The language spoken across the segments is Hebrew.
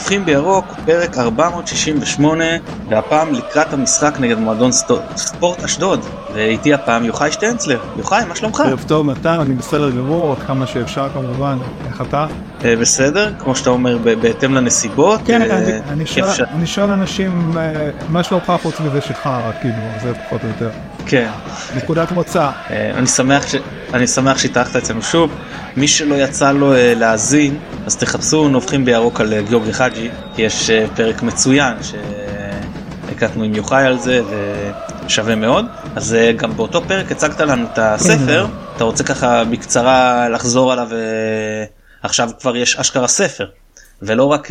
נובחים בירוק, פרק 468, והפעם לקראת המשחק נגד מועדון ספורט אשדוד, ואיתי הפעם יוחאי שטנצלר. יוחאי, מה שלומך? ערב טוב מתן, אני בסדר גמור, עד כמה שאפשר כמובן. איך אתה? בסדר, כמו שאתה אומר, בהתאם לנסיבות. כן, אני שואל אנשים, מה שלומך חוץ מזה שלך, כאילו, זה פחות או יותר. כן. נקודת מוצא. אני שמח שהתארחת אצלנו שוב. מי שלא יצא לו להאזין, אז תחפשו נובחים בירוק על גיאורגי חג'י, כי יש פרק מצוין שהקלטנו עם יוחאי על זה ושווה מאוד. אז גם באותו פרק הצגת לנו את הספר, אתה רוצה ככה בקצרה לחזור עליו, עכשיו כבר יש אשכרה ספר, ולא רק,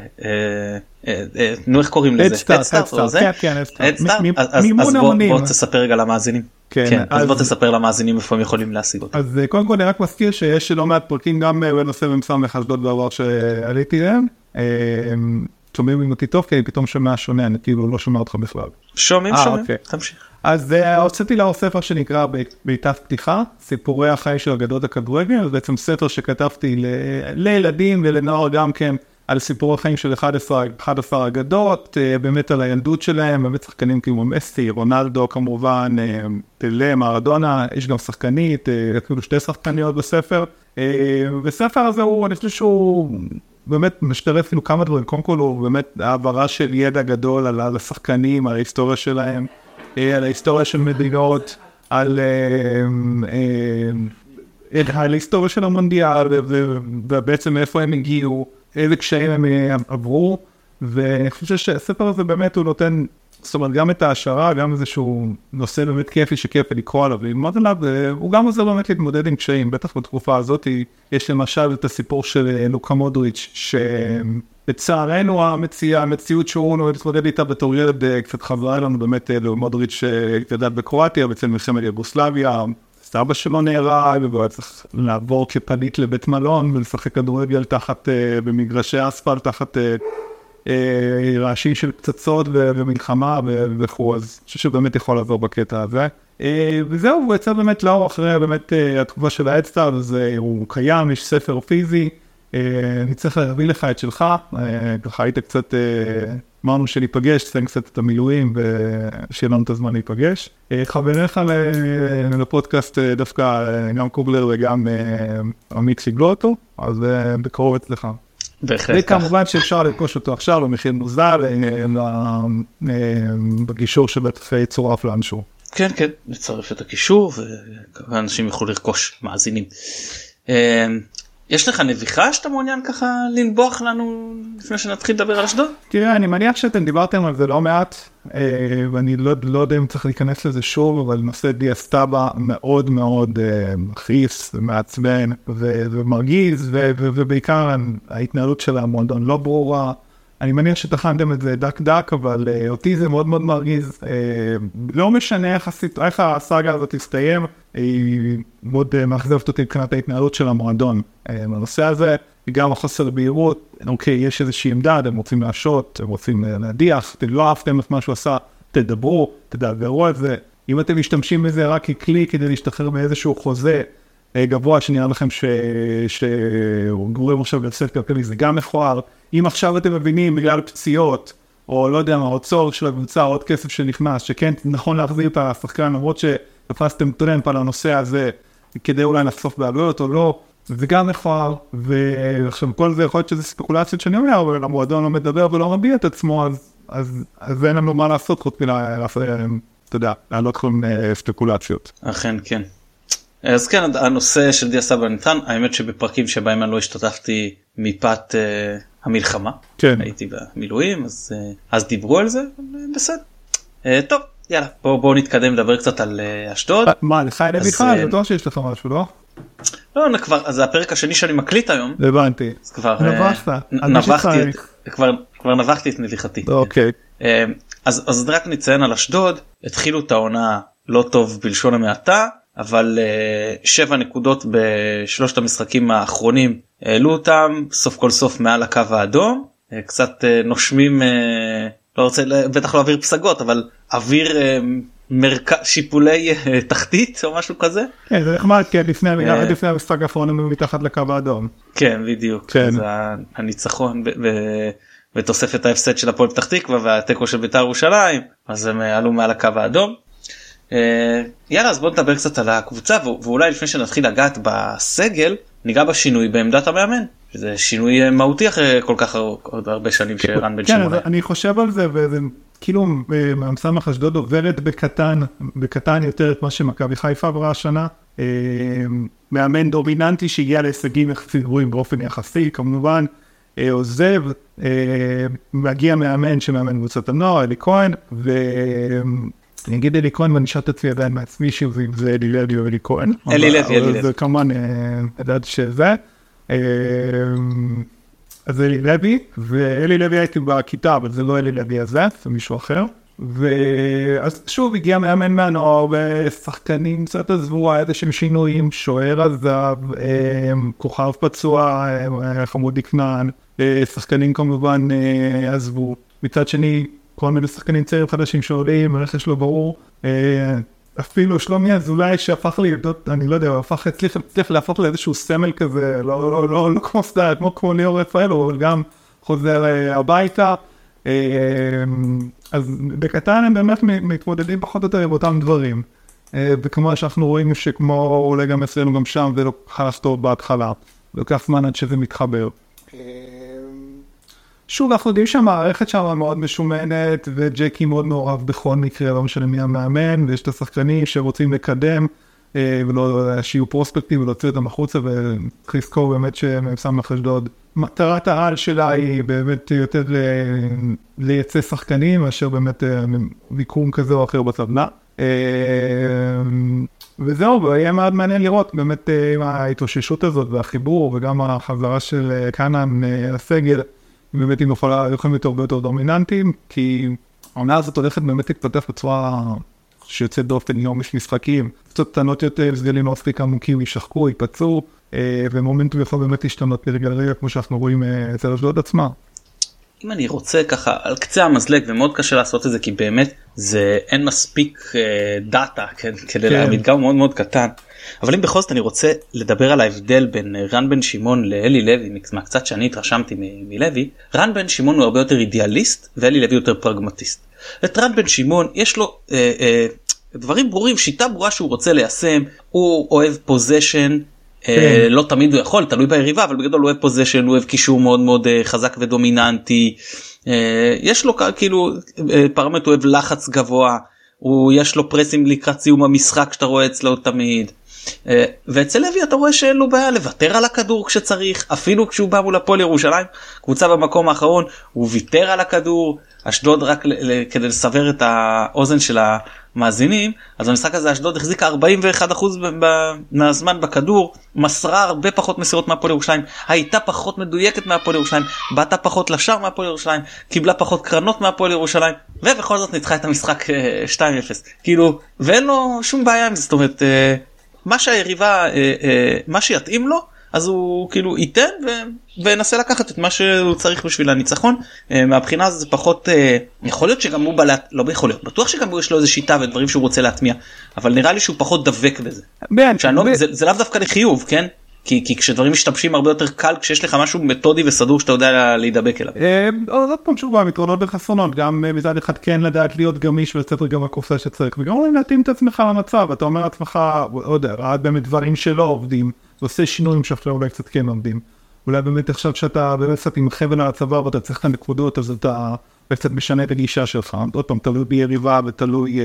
נו איך קוראים לזה? Headstarter, כן, אז בוא תספר רגע למאזינים. כן, אז בוא תספר למאזינים איפה הם יכולים להשיג אותם. אז קודם כל אני רק מזכיר שיש לא מעט פרקים גם בנושא ומסמך אשדוד בעבר שעליתי להם. שומעים אותי טוב, כי אני פתאום שומע שונה, אני כאילו לא שומע אותך בכלל. שומעים, תמשיך. אז הוצאתי לו ספר שנקרא בעיטת פתיחה, סיפורי החיים של אגדות הכדורגל, זה בעצם ספר שכתבתי לילדים ולנוער גם כן, על סיפורי החיים של 11 אגדות, באמת על הילדות שלהם, באמת שחקנים כמו מסי, רונלדו כמובן, פלה, מרדונה, יש גם שחקנית, אפילו 2 שחקניות בספר, וספר הזה אני חושב שהוא באמת משתרף אפילו כמה דברים, קודם כל הוא באמת העברה של ידע גדול על השחקנים, על ההיסטוריה שלהם, על ההיסטוריה של מדינות, על ההיסטוריה של המונדיאל, ובעצם מאיפה הם הגיעו, איזה קשיים הם עברו, ואני חושב שהספר הזה באמת הוא נותן, זאת אומרת, גם את ההשערה, גם איזשהו נושא באמת כיפי שכיף לקרוא עליו, ללמוד עליו, הוא גם עוזר באמת להתמודד עם קשיים, בטח בתקופה הזאת, יש למשל את הסיפור של לוקה מודריץ', לצערנו המציאות שהוא התמודד איתה בתור ילד קצת חזרה לנו באמת מודריץ' גדל בקרואטיה, בעצם מלחמת יוגוסלביה, סבא שלו נהרג, והוא היה צריך לעבור כפליט לבית מלון ולשחק כדורגל תחת במגרשי אספלט, תחת רעשים של פצצות ומלחמה וכו', אז אני חושב שבאמת יכול לעבור בקטע הזה. וזהו, הוא יצא באמת לאור אחרי באמת התקופה של ההדסטארט, אז הוא קיים, יש ספר פיזי, אני צריך להביא לך את שלך, ככה היית קצת, אמרנו שניפגש, תסיים קצת את המילואים ושיהיה לנו את הזמן להיפגש. חבריך לפודקאסט דווקא גם קוגלר וגם עמית שיגלו אותו, אז בקרוב אצלך. בהחלט כך. וכמובן שאפשר לרכוש אותו עכשיו במחיר מוזל, בגישור שבטח יצורף לאנשהו. כן, כן, נצרף את הקישור ואנשים יוכלו לרכוש מאזינים. יש לך נביחה שאתה מעוניין ככה לנבוח לנו לפני שנתחיל לדבר על אשדוד? תראה, אני מניח שאתם דיברתם על זה לא מעט, ואני לא יודע אם צריך להיכנס לזה שוב, אבל נושא דיאסטאבה מאוד מאוד מכעיס ומעצבן ומרגיז, ובעיקר ההתנהלות של המועדון לא ברורה. אני מניח שתחנתם את זה דק, אבל אותי זה מאוד מאוד מרגיז. לא משנה איך הסאגה הזאת תסתיים, היא מאוד מאכזבת אותי מבחינת ההתנהלות של המועדון. בנושא הזה, גם החוסר בהירות, אוקיי, יש איזושהי עמדה, אתם רוצים להשות, אתם רוצים להדיח, אתם לא אהבתם את מה שהוא עשה, תדברו, תדברו על זה. אם אתם משתמשים בזה רק ככלי כדי להשתחרר מאיזשהו חוזה גבוה, שנראה לכם שהוא גורם עכשיו לצאת כלכלי, זה גם מכוער. אם עכשיו אתם מבינים בגלל פציעות, או לא יודע מה, הצורך של הקבוצה, עוד כסף שנכנס, שכן נכון להחזיר את השחקן, למרות שתפסתם טרמפ על הנושא הזה, כדי אולי לחשוף בעלויות או לא, זה גם מכוער, ועכשיו כל זה יכול להיות שזה ספקולציות שאני אומר, אבל המועדון לא מדבר ולא מביע את עצמו, אז אין לנו מה לעשות חוץ אתה יודע, להעלות כל מיני ספקולציות. אכן, כן. אז כן, הנושא של דיאסטאבה ניתן, האמת שבפרקים שבהם אני לא השתתפתי מפאת המלחמה, כן. הייתי במילואים, אז דיברו על זה, בסדר. טוב, יאללה, בואו נתקדם לדבר קצת על אשדוד. מה, לך אין נביחה? זה בטוח שיש לך משהו, לא? לא, כבר, זה הפרק השני שאני מקליט היום. הבנתי. אז כבר נבחתי את נביחתי. אוקיי. אז רק נציין על אשדוד, התחילו את העונה לא טוב בלשון המעטה, אבל 7 נקודות בשלושת המשחקים האחרונים העלו אותם, סוף כל סוף מעל הקו האדום, קצת נושמים, לא רוצה בטח לא אוויר פסגות, אבל אוויר שיפולי תחתית או משהו כזה. כן, זה נחמד, כן, לפני המשחק האחרון הם מתחת לקו האדום. כן, בדיוק. כן. זה הניצחון, ותוספת ההפסד של הפועל פתח תקווה והתיקו של בית"ר ירושלים, אז הם עלו מעל הקו האדום. יאללה, אז בוא נדבר קצת על הקבוצה, ואולי לפני שנתחיל לגעת בסגל, ניגע בשינוי בעמדת המאמן. זה שינוי מהותי אחרי כל כך הרבה שנים שרן בן שמעון. כן, אני חושב על זה, וזה כאילו סמך אשדוד עוברת בקטן יותר את מה שמכבי חיפה עברה השנה. מאמן דומיננטי שהגיע להישגים יחסית גבוהים באופן יחסי, כמובן עוזב, מגיע מאמן שמאמן קבוצת הנוער, אלי כהן, אני אגיד אלי כהן ואני שאת עצמי עדיין מעצמי שזה אלי לוי או אלי כהן. אלי לוי. זה כמובן, ידעת שזה. אז אלי לוי, ואלי לוי הייתי בכיתה, אבל זה לא אלי לוי הזה, זה מישהו אחר. ואז שוב הגיע מאמן מהנוער, ושחקנים קצת עזבו, איזה שהם שינויים, שוער עזב, כוכב פצוע, חמודי כנען, שחקנים כמובן עזבו. מצד שני, כל מיני שחקנים צעירים חדשים שעולים, הרכש לא ברור. אפילו שלומי אזולאי שהפך לידות, אני לא יודע, הצליח להפוך לאיזשהו סמל כזה, לא כמו סדרת, כמו ליאור רפאל, אבל גם חוזר הביתה. אז בקטן הם באמת מתמודדים פחות או יותר עם אותם דברים. וכמו שאנחנו רואים שכמו אולי גם אצלנו גם שם, זה לא חלש טוב בהתחלה. לוקח זמן עד שזה מתחבר. שוב, אנחנו יודעים שהמערכת שם מאוד משומנת, וג'קי מאוד מעורב בכל מקרה, לא משנה מי המאמן, ויש את השחקנים שרוצים לקדם, ולא שיהיו פרוספקטים, ולהוציא אותם החוצה, וצריך לזכור באמת סמך אשדוד. מטרת העל שלה היא באמת יותר לייצא שחקנים, מאשר באמת מיקום כזה או אחר בטבלה. וזהו, יהיה מאוד מעניין לראות באמת ההתאוששות הזאת, והחיבור, וגם החזרה של קאנן לסגל, באמת הם יכולים להיות הרבה יותר דומיננטיים, כי העונה הזאת הולכת באמת להתפתח בצורה שיוצאת דופן, יום יש משחקים, קצת קטנות יותר, סגלים לא מספיק עמוקים, ישחקו, ייפצעו, ומומנטום יכול באמת להשתנות לרגע לרגע, כמו שאנחנו רואים אצל אשדוד עצמה. אם אני רוצה ככה על קצה המזלג, ומאוד קשה לעשות את זה, כי באמת אין מספיק דאטה, כדי להעמיד גם מאוד מאוד קטן. אבל אם בכל זאת אני רוצה לדבר על ההבדל בין רן בן שמעון לאלי לוי, מהקצת שאני התרשמתי מלוי, רן בן שמעון הוא הרבה יותר אידיאליסט, ואלי לוי יותר פרגמטיסט. את רן בן שמעון יש לו דברים ברורים, שיטה ברורה שהוא רוצה ליישם, הוא אוהב פוזיישן, לא תמיד הוא יכול, תלוי ביריבה, אבל בגדול הוא אוהב פוזיישן, הוא אוהב קישור מאוד מאוד חזק ודומיננטי, יש לו כאילו פרמט, הוא אוהב לחץ גבוה, יש לו פרסים לקראת סיום המשחק שאתה רואה אצלו תמיד, ואצל לוי אתה רואה שאין לו בעיה לוותר על הכדור כשצריך, אפילו כשהוא בא מול הפועל ירושלים, קבוצה במקום האחרון, הוא ויתר על הכדור, אשדוד רק כדי לסבר את האוזן של המאזינים, אז המשחק הזה אשדוד החזיקה 41% מהזמן בכדור, מסרה הרבה פחות מסירות מהפועל ירושלים, הייתה פחות מדויקת מהפועל ירושלים, באתה פחות לשער מהפועל ירושלים, קיבלה פחות קרנות מהפועל ירושלים, ובכל זאת ניצחה את המשחק 2-0, כאילו, ואין לו שום בעיה עם זה, זאת אומרת, מה שהיריבה, מה שיתאים לו, אז הוא כאילו ייתן ונסה לקחת את מה שהוא צריך בשביל הניצחון. מהבחינה הזו זה פחות, יכול להיות שגם הוא לא יכול להיות, בטוח שגם הוא יש לו איזו שיטה ודברים שהוא רוצה להטמיע, אבל נראה לי שהוא פחות דבק בזה. זה לאו דווקא לחיוב, כן? כי כשדברים משתמשים הרבה יותר קל, כשיש לך משהו מתודי וסדור שאתה יודע להידבק אליו. זאת פעם שוב, המתרונות וחסרונות, גם מצד אחד כן לדעת להיות גמיש ולצאת גם הקופסה שצריך, וגם אולי להתאים את עצמך למצב, אתה אומר לעצמך, עוד רעד באמת דברים שלא עובדים, ועושה שינויים שעכשיו אולי קצת כן עובדים. אולי באמת עכשיו שאתה באמת קצת עם חבל על הצבא ואתה צריך את הנקודות, אז אתה קצת משנה את הגישה שלך. עוד פעם, תלוי ביריבה ותלוי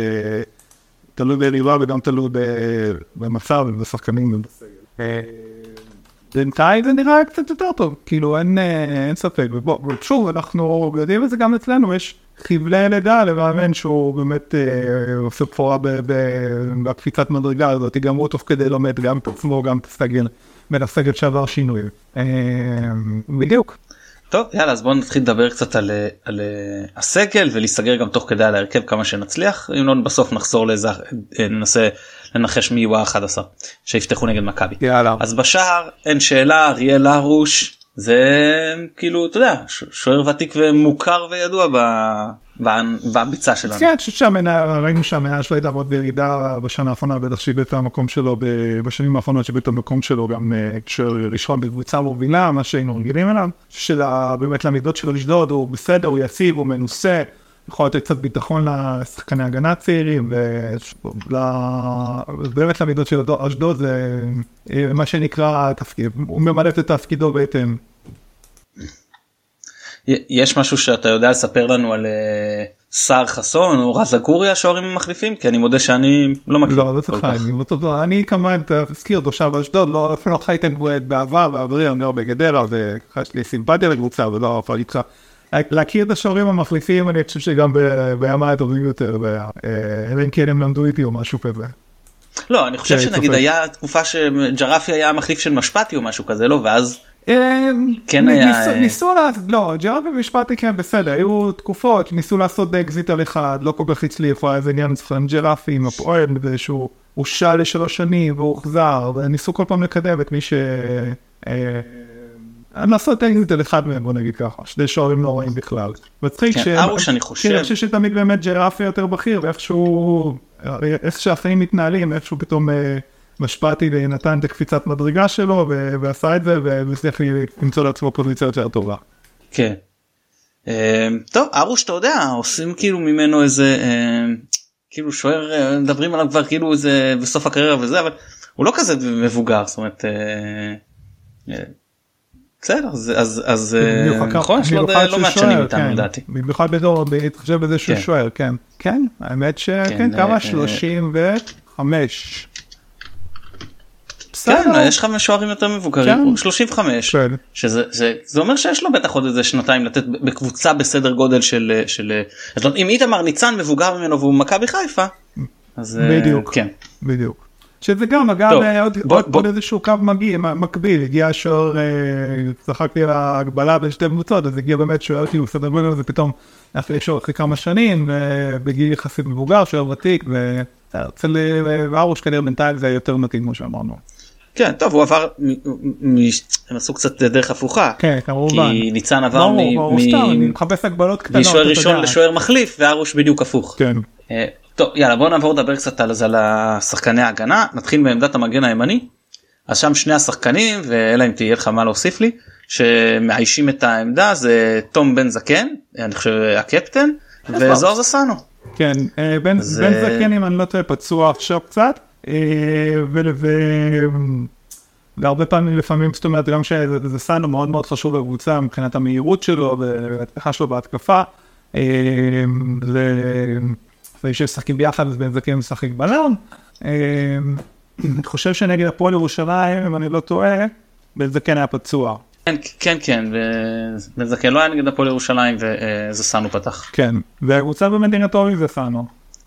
ביריבה וגם תלוי במצב ובשחקנים ובסגל. בינתיים זה נראה קצת יותר טוב, כאילו אין ספק. שוב, אנחנו יודעים את זה גם אצלנו, יש חבלי לידה למאמן שהוא באמת עושה פורה בקפיצת מדרגה הזאת, גם הוא תוך כדי לומד גם את עצמו, גם את הסגל, בין הסגל שעבר שינוי. בדיוק. טוב, יאללה, אז בואו נתחיל לדבר קצת על הסגל, ולהיסגר גם תוך כדי על ההרכב כמה שנצליח, אם לא בסוף נחזור ננסה לנחש מי יהיו ה-11 שיפתחו נגד מכבי. יאללה. אז בשער אין שאלה, אריאל הרוש, זה כאילו, אתה יודע, שוער ותיק ומוכר וידוע בביצה שלנו. כן, ראינו שהמניה שלו הייתה מאוד בירידה בשנה האחרונה, בטח שהיא את המקום שלו, בשנים האחרונות שבאת המקום שלו גם ראשון בקבוצה מובילה, מה שהיינו רגילים אליו, שבאמת למידות שלו לשדוד, הוא בסדר, הוא יציב, הוא מנוסה, יכול לתת קצת ביטחון לשחקני הגנה צעירים, ובאמת למידות של אשדוד זה מה שנקרא תפקיד, הוא ממלא את תפקידו בהתאם. יש משהו שאתה יודע לספר לנו על שר חסון או רז אגורי השוערים המחליפים? כי אני מודה שאני לא מכיר. לא, זה צריך אני כמובן תזכיר תושב אשדוד, לא אפילו חייתם בעבר, בעברי אני לא בגדרה, ויש לי סימפתיה לקבוצה, ולא אפילו איתך. להכיר את השוערים המחליפים, אני חושב שגם בימה הטובים יותר, אלא אם כן הם למדו איתי או משהו כזה. לא, אני חושב שנגיד היה תקופה שג'רפי היה המחליף של משפטי או משהו כזה, לא? ואז כן היה... ניסו לא, ג'רפי ומשפטי כן בסדר, היו תקופות, ניסו לעשות אקזיט על אחד, לא כל כך הצליח, היה איזה עניין עם ג'רפי, עם הפועל, שהוא הושל ל3 שנים והוא הוחזר, וניסו כל פעם לקדם את מי ש... לעשות אקזיט על אחד מהם, בוא נגיד ככה, שני שוערים לא רואים בכלל. מצחיק אני חושב שתמיד באמת ג'רפי יותר בכיר, ואיכשהו, איך שהחיים מתנהלים, איכשהו פתאום משפטי ונתן את הקפיצת מדרגה שלו, ועשה את זה, והצליח למצוא לעצמו פוזיציה יותר טובה. כן. טוב, ארוש, אתה יודע, עושים כאילו ממנו איזה, כאילו שוער, מדברים עליו כבר כאילו איזה בסוף הקריירה וזה, אבל הוא לא כזה מבוגר, זאת אומרת, בסדר, אז נכון, יש לו לא מעט שנים איתנו לדעתי. במיוחד בדור, להתחשב בזה שהוא שוער, כן. כן, האמת שכן, כמה 35. כן, יש לך משוערים יותר מבוגרים, 35, שזה אומר שיש לו בטח עוד איזה שנתיים לתת בקבוצה בסדר גודל של, אם איתמר ניצן מבוגר ממנו והוא מכבי חיפה, אז כן. בדיוק. שזה גם, אגב, עוד איזשהו קו מקביל, הגיע שוער, צחקתי על ההגבלה בין שתי קבוצות, אז הגיע באמת שוער כאילו סדר גודל, וזה פתאום אחרי כמה שנים, בגיל יחסית מבוגר, שוער ותיק, ואצל ארוש כנראה בינתיים זה יותר מתאים כמו שאמרנו. כן, טוב, הוא עבר, הם עשו קצת דרך הפוכה, כן, כמובן. כי ניצן עבר משוער ראשון לשוער מחליף, וארוש בדיוק הפוך. כן. טוב, יאללה, בואו נעבור לדבר קצת על השחקני ההגנה, נתחיל בעמדת המגן הימני, אז שם שני השחקנים, ואלא אם תהיה לך מה להוסיף לי, שמאיישים את העמדה, זה תום בן זקן, אני חושב הקפטן, וזוהר זסנו. כן, בן זקן אם אני לא טועה פצוע עכשיו קצת, והרבה פעמים לפעמים, זאת אומרת, גם שזסנו מאוד מאוד חשוב בקבוצה, מבחינת המהירות שלו, והתפחה שלו בהתקפה, שמשחקים ביחד, אז בן זקן משחק בלם. אני חושב שנגד הפועל ירושלים, אם אני לא טועה, בן זקן היה פצוע. כן, בן זקן לא היה נגד הפועל ירושלים, וזסנו פתח. כן, והקבוצה במדינת אורי זסנו.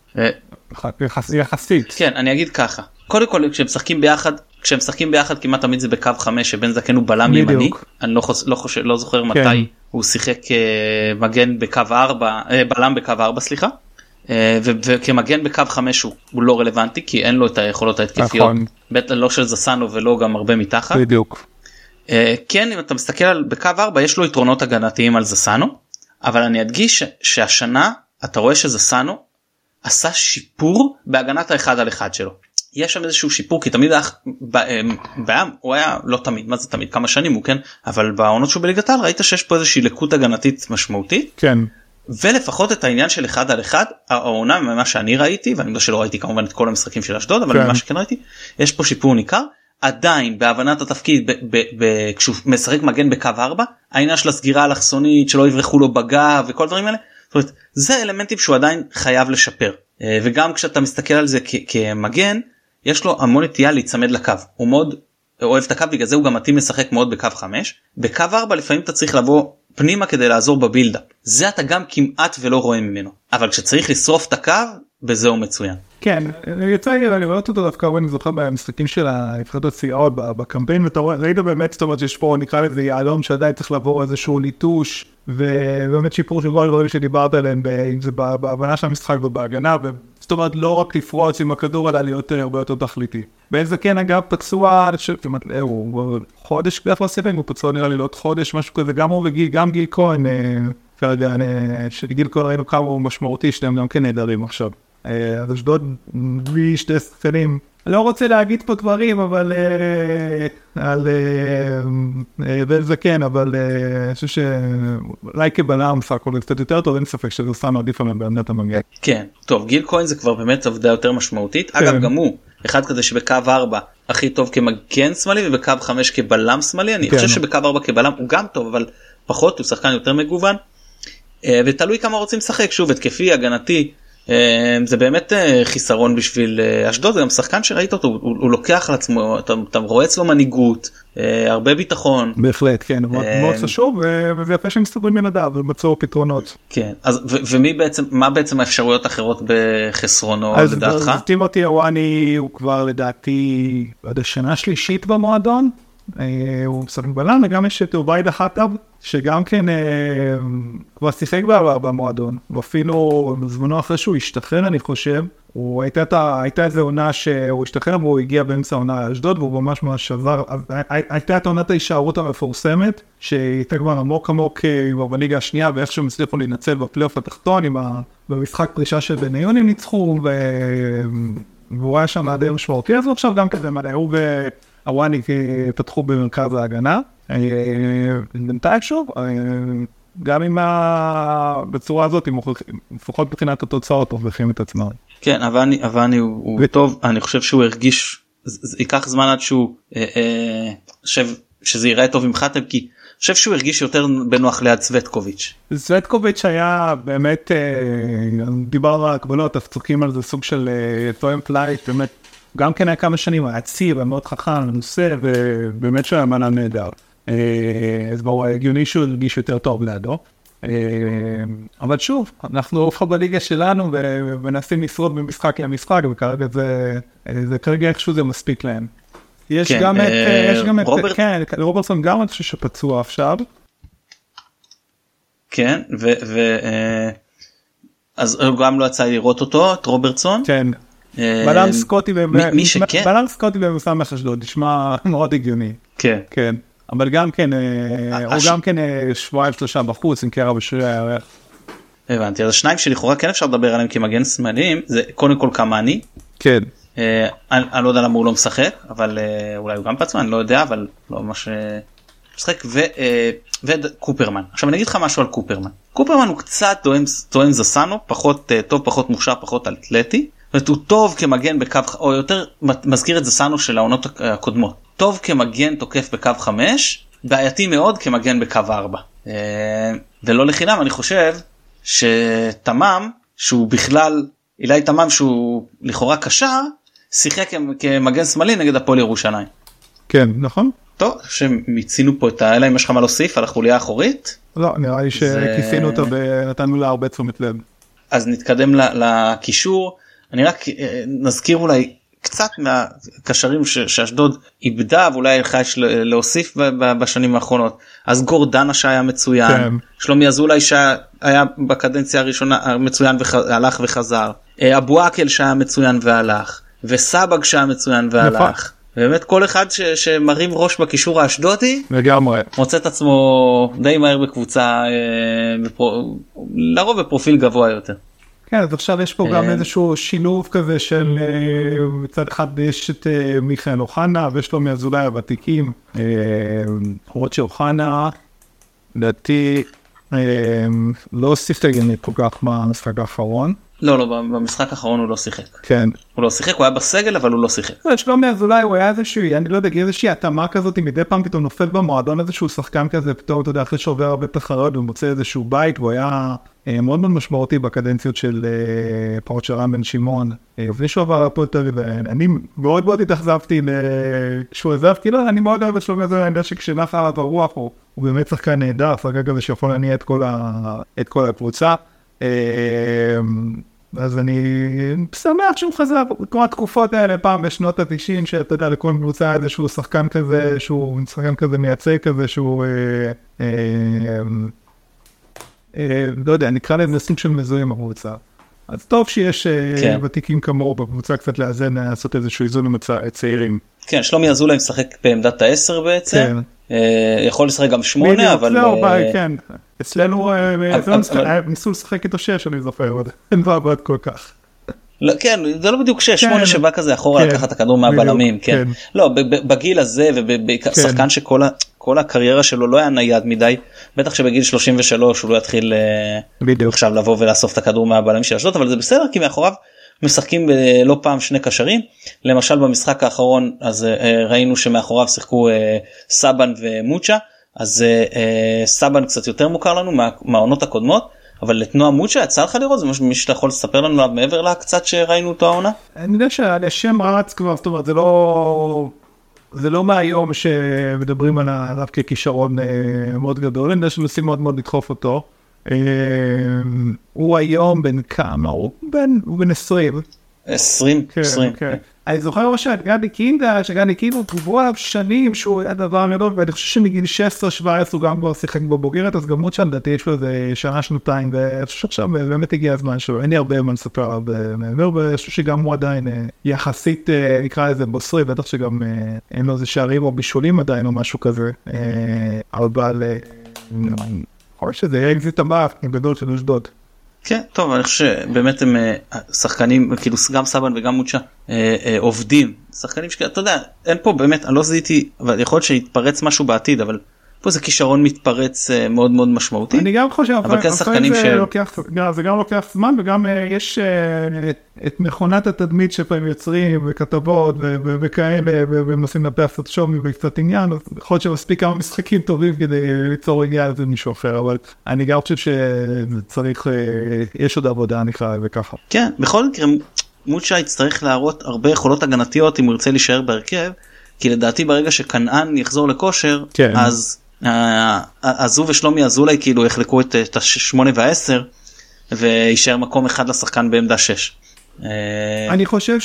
יחסית. כן, אני אגיד ככה. קודם כל, כשהם משחקים ביחד, כמעט תמיד זה בקו 5, שבן זקן הוא בלם ימני. אני לא זוכר מתי הוא שיחק מגן בקו 4, בלם בקו 4, סליחה. וכמגן בקו 5 הוא לא רלוונטי, כי אין לו את היכולות ההתקפיות. לא של זסנו ולא גם הרבה מתחת. בדיוק. כן, אם אתה מסתכל על בקו 4, יש לו יתרונות הגנתיים על זסנו, אבל אני אדגיש שהשנה אתה רואה שזסנו עשה שיפור בהגנת האחד על אחד שלו. יש שם איזשהו שיפור, כי תמיד הוא היה, לא תמיד, מה זה תמיד, כמה שנים הוא כן, אבל בעונות שהוא בליגת העל ראית שיש פה איזושהי לקות הגנתית משמעותית. כן. ולפחות את העניין של אחד על אחד, העונה ממה שאני ראיתי, ואני יודע שלא ראיתי כמובן את כל המשחקים של אשדוד, אבל ממה שכן ראיתי, יש פה שיפור ניכר, עדיין בהבנת התפקיד, כשהוא משחק מגן בקו 4, העניין של הסגירה האלכסונית, שלא יברחו לו בגב וכל דברים האלה, זאת אומרת, זה אלמנטים שהוא עדיין חייב לשפר, וגם כשאתה מסתכל על זה כמגן, יש לו המון נטייה להיצמד לקו, הוא מאוד אוהב את הקו, בגלל זה הוא גם מתאים לשחק מאוד בקו 5, בקו 4 לפעמים אתה צריך לבוא פנימה כדי לעזור בבילדה, זה אתה גם כמעט ולא רואה ממנו, אבל כשצריך לשרוף את הקו, בזה הוא מצוין. כן, יצא לי, אני רואה אותו דווקא, אני זוכר במשחקים של הנבחרת הצעירות בקמפיין, ואתה ראית באמת, זאת אומרת שיש פה, נקרא לזה יעלום שעדיין צריך לעבור איזשהו ליטוש, ובאמת שיפור של כל הדברים שדיברת עליהם, אם זה בהבנה של המשחק ובהגנה, זאת אומרת לא רק לפרוץ עם הכדור, אלא להיות הרבה יותר תכליתי. באיזה כן אגב פצוע, הוא חודש כבר ספק, הוא פצוע נראה לי לא חודש, משהו כזה, גם הוא וגיל, גם גיל כהן, כרגע שגיל כבר ראינו כמה הוא משמעותי, שניהם גם כן נהדרים עכשיו. אז אשדוד בלי שתי שחקנים, לא רוצה להגיד פה דברים, אבל על בן זקן, אבל אני חושב שאולי כבלם סך הכל קצת יותר טוב, אין ספק שזה עושה מעדיף עליהם בעמדת המגן. כן, טוב, גיל כהן זה כבר באמת עבודה יותר משמעותית, אגב גם הוא, אחד כזה שבקו 4 הכי טוב כמגן שמאלי, ובקו 5 כבלם שמאלי, אני חושב שבקו 4 כבלם הוא גם טוב, אבל פחות, הוא שחקן יותר מגוון, ותלוי כמה רוצים לשחק, שוב, התקפי, הגנתי, זה באמת חיסרון בשביל אשדוד, גם שחקן שראית אותו, הוא לוקח על עצמו, אתה רואה אצלו מנהיגות, הרבה ביטחון. בהחלט, כן, מאוד חשוב, וזה יפה שהם מסתדרים ילדיו, ומצאו פתרונות. כן, אז מה בעצם האפשרויות האחרות בחסרונו לדעתך? אז טימותי הוואני הוא כבר לדעתי עד השנה שלישית במועדון, הוא משחק בלם, וגם יש את עוביידה חטב, שגם כן כבר שיחק במועדון, ואפילו בזמנו אחרי שהוא השתחרר, אני חושב, הייתה איזו עונה שהוא השתחרר, והוא הגיע באמצע העונה לאשדוד, והוא ממש שבר, הייתה את עונת ההישארות המפורסמת, שהייתה כבר עמוק בליגה השנייה, ואיכשהו מצליחו להינצל בפלייאוף התחתון, במשחק פרישה של בניון הם ניצחו, והוא היה שם די משמעותי, אז עכשיו גם כזה מלא, הוא והוואני פתחו במרכז ההגנה, בינתיים שוב, גם אם בצורה הזאת, לפחות מבחינת התוצאות, הופכים את עצמם. כן, אבני הוא טוב, אני חושב שהוא הרגיש, ייקח זמן עד שהוא, שזה ייראה טוב עם חתם, כי אני חושב שהוא הרגיש יותר בנוח ליד סווטקוביץ'. סווטקוביץ' היה באמת, דיבר על ההקבלות, צוחקים על זה סוג של תואם פלייט, באמת, גם כן היה כמה שנים, היה ציר, היה מאוד חכם, נושא, ובאמת שהוא היה מנהל נהדר. אז ברור, הגיוני שהוא הרגיש יותר טוב לידו. אבל שוב, אנחנו הופכים בליגה שלנו, ומנסים לשרוד במשחק למשחק, וכרגע זה כרגע איכשהו זה מספיק להם. יש גם את, כן, רוברטסון גם אני חושב שפצוע עכשיו. כן, אז גם לא יצא לראות אותו, את רוברטסון. כן. בלם סקוטי במסמך אשדוד, נשמע מאוד הגיוני. כן. כן. אבל גם כן, הוא גם כן שבועיים שלושה בחוץ, עם קרע בשרי הירח. הבנתי, אז השניים שלכאורה כן אפשר לדבר עליהם כמגן שמאליים, זה קודם כל קמאני. כן. אני לא יודע למה הוא לא משחק, אבל אולי הוא גם פצוע, אני לא יודע, אבל לא ממש משחק, וקופרמן. עכשיו אני אגיד לך משהו על קופרמן. קופרמן הוא קצת תואם זסנו, פחות טוב, פחות מוכשר, פחות אתלטי. זאת אומרת, הוא טוב כמגן בקו, או יותר מזכיר את זסנו של העונות הקודמות. טוב כמגן תוקף בקו 5, בעייתי מאוד כמגן בקו 4. ולא לחינם, אני חושב שתמם, שהוא בכלל, אילי תמם שהוא לכאורה קשר, שיחק כמגן שמאלי נגד הפועל ירושלים. כן, נכון. טוב, שמיצינו פה את האלה, אם יש לך מה להוסיף על החוליה האחורית? לא, נראה לי שכיסינו אותה ונתנו לה הרבה תשומת לב. אז נתקדם לקישור, אני רק נזכיר אולי קצת מהקשרים שאשדוד איבדה, ואולי יש להוסיף בשנים האחרונות. אז גורדנה שהיה מצוין, שלומי אזולאי שהיה בקדנציה הראשונה מצוין והלך וחזר, אבו עקל שהיה מצוין והלך, וסבג שהיה מצוין והלך. באמת כל אחד שמרים ראש בקישור האשדודי, מוצא את עצמו די מהר בקבוצה, לרוב בפרופיל גבוה יותר. כן, אז עכשיו יש פה גם איזשהו שילוב כזה של מצד אחד יש את מיכאל אוחנה ויש לו מאזולאי הוותיקים, למרות שאוחנה לדעתי לא שיחק כל כך במשחק האחרון. לא, במשחק האחרון הוא לא שיחק. כן. הוא לא שיחק, הוא היה בסגל אבל הוא לא שיחק. שלומי אזולאי הוא היה איזושהי, אני לא יודע, איזושהי התאמה כזאת, מדי פעם פתאום נופל במועדון איזשהו שחקן כזה, פתאום אתה יודע, אחרי שעובר הרבה תחרות ומוצא איזשהו בית, והוא היה מאוד מאוד משמעותי בקדנציות של פחות של רם בן שמעון. לפני שהוא עבר פה יותר, ואני מאוד מאוד התאכזבתי כשהוא עזב, כאילו אני מאוד אוהב את שלומי אזולאי, אני יודע שכשנח עליו הרוח הוא באמת שחקן נהדר, שחקן כזה שיכול להניע את כל הקבוצה. אז אני שמח שהוא חזר כמו התקופות האלה פעם בשנות ה-90 שאתה יודע לכל קבוצה איזשהו שחקן כזה שהוא שחקן כזה מייצג כזה שהוא לא יודע נקרא לזה סוג של מזוהים בקבוצה. אז טוב שיש ותיקים כמוהו בקבוצה קצת לאזן לעשות איזשהו איזון עם צעירים. כן, שלומי אזולאי משחק בעמדת ה-10 בעצם. יכול לשחק גם 8, אבל... כן, אצלנו ניסו לשחק איתו 6, אני זוכר, אין בעבוד כל כך. כן, זה לא בדיוק 6, 8 שבא כזה אחורה לקחת את הכדור מהבלמים, כן. לא, בגיל הזה, ובשחקן שכל הקריירה שלו לא היה נייד מדי, בטח שבגיל 33 הוא לא יתחיל עכשיו לבוא ולאסוף את הכדור מהבלמים של אשדוד, אבל זה בסדר, כי מאחוריו משחקים לא פעם שני קשרים, למשל במשחק האחרון, אז ראינו שמאחוריו שיחקו סבן ומוצ'ה, אז סבן קצת יותר מוכר לנו מהעונות הקודמות, אבל לתנועה מוצ'ה יצא לך לראות, זה משהו שאתה יכול לספר לנו עליו מעבר לקצת שראינו אותו העונה? אני יודע שהשם רץ כבר, זאת אומרת, זה לא מהיום שמדברים עליו ככישרון מאוד גדול, אני יודע שמנסים מאוד מאוד לדחוף אותו. הוא היום בן כמה? הוא בן 20. 20? אני זוכר שגדי קינדה תגובו עליו שנים שהוא היה דבר גדול, ואני חושב שמגיל 16-17 הוא גם כבר שיחק בבוגרת, אז גם עוד לדעתי יש לו איזה שנה-שנתיים, ואני חושב שעכשיו באמת הגיע הזמן שלו, אין לי הרבה מה לספר עליו מעבר, ואני חושב שגם הוא עדיין יחסית, נקרא לזה בוסרי, בטח שגם אין לו איזה שערים או בישולים עדיין או משהו כזה, אבל יכול שזה יהיה אקזיט הבא, גדול של אשדוד. כן, טוב, אני חושב שבאמת הם שחקנים, כאילו גם סבן וגם מוצ'ה עובדים, שחקנים אתה יודע, אין פה באמת, אני לא זיהיתי, אבל יכול להיות שיתפרץ משהו בעתיד, אבל פה זה כישרון מתפרץ מאוד מאוד משמעותי. אני גם חושב, אבל כן שחקנים זה גם לוקח זמן, וגם יש את מכונת התדמית שפעמים יוצרים, וכתבות, וכאלה, ומנסים לפעש את שומי וקצת עניין, יכול להיות שמספיק כמה משחקים טובים כדי ליצור עניין לזה מישהו אחר, אבל אני גם חושב שצריך, יש עוד עבודה נקרא וככה. כן, בכל מקרה, מוצ'ה יצטרך להראות הרבה יכולות הגנתיות אם הוא ירצה להישאר בהרכב, כי לדעתי ברגע שקנען יחזור לכושר, אז הוא ושלומי אזולאי כאילו יחלקו את ה-8 וה-10 וישאר מקום אחד לשחקן בעמדה 6. אני חושב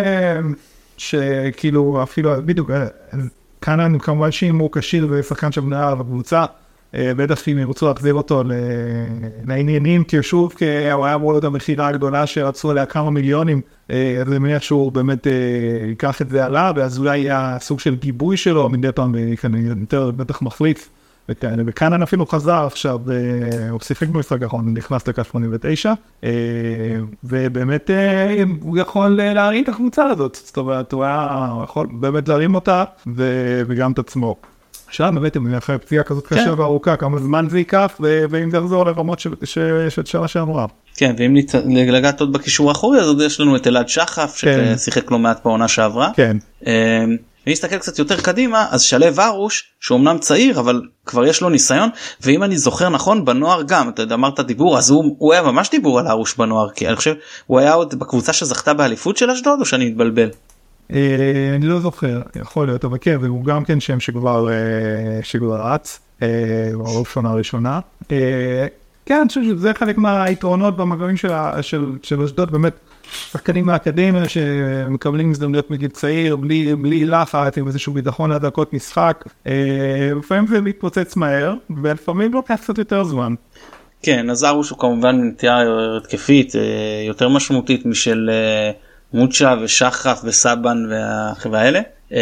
שכאילו אפילו בדיוק כאן כמובן שאם הוא כשיר ושחקן שבנהר בקבוצה, בטח אם ירצו להחזיר אותו לעניינים, כי שוב הוא היה אמור להיות המחירה הגדולה שרצו עליה כמה מיליונים, אז אני מניח שהוא באמת ייקח את זה עליו, ואז אולי יהיה סוג של גיבוי שלו, מדי פעם יותר בטח מחליף, וכאן אפילו חזר עכשיו, הוא שיחק במשחק האחרון, נכנס לקה 89, ובאמת הוא יכול להרים את הקבוצה הזאת, זאת אומרת, הוא יכול באמת להרים אותה, וגם את עצמו. עכשיו באמת אם אחרי פציעה כזאת קשה וארוכה, כמה זמן זה ייקח, ואם זה יחזור לרמות של שנה שעברה. כן, ואם לגעת עוד בקישור האחורי, אז עוד יש לנו את אלעד שחף, ששיחק לא מעט בעונה שעברה. כן. ואם נסתכל קצת יותר קדימה, אז שלו ארוש, שהוא אמנם צעיר, אבל כבר יש לו ניסיון, ואם אני זוכר נכון, בנוער גם, אתה אמרת דיבור, אז הוא היה ממש דיבור על ארוש בנוער, כי אני חושב, הוא היה עוד בקבוצה שזכתה באליפות של אשדוד, או שאני מתבלבל? אני לא זוכר, יכול להיות, אבל כן, והוא גם כן שם שכבר רץ, באופן הראשונה. כן, אני חושב שזה חלק מהיתרונות במגעים של אשדוד, באמת שחקנים מהאקדמיה שמקבלים הזדמנויות מגיל צעיר, בלי לחץ, עם איזשהו ביטחון לדקות משחק, לפעמים זה מתפוצץ מהר, ולפעמים לוקח קצת יותר זמן. כן, אז ארוש הוא כמובן נטייה התקפית, יותר משמעותית משל מוצ'ה ושחף וסבן והחברה האלה.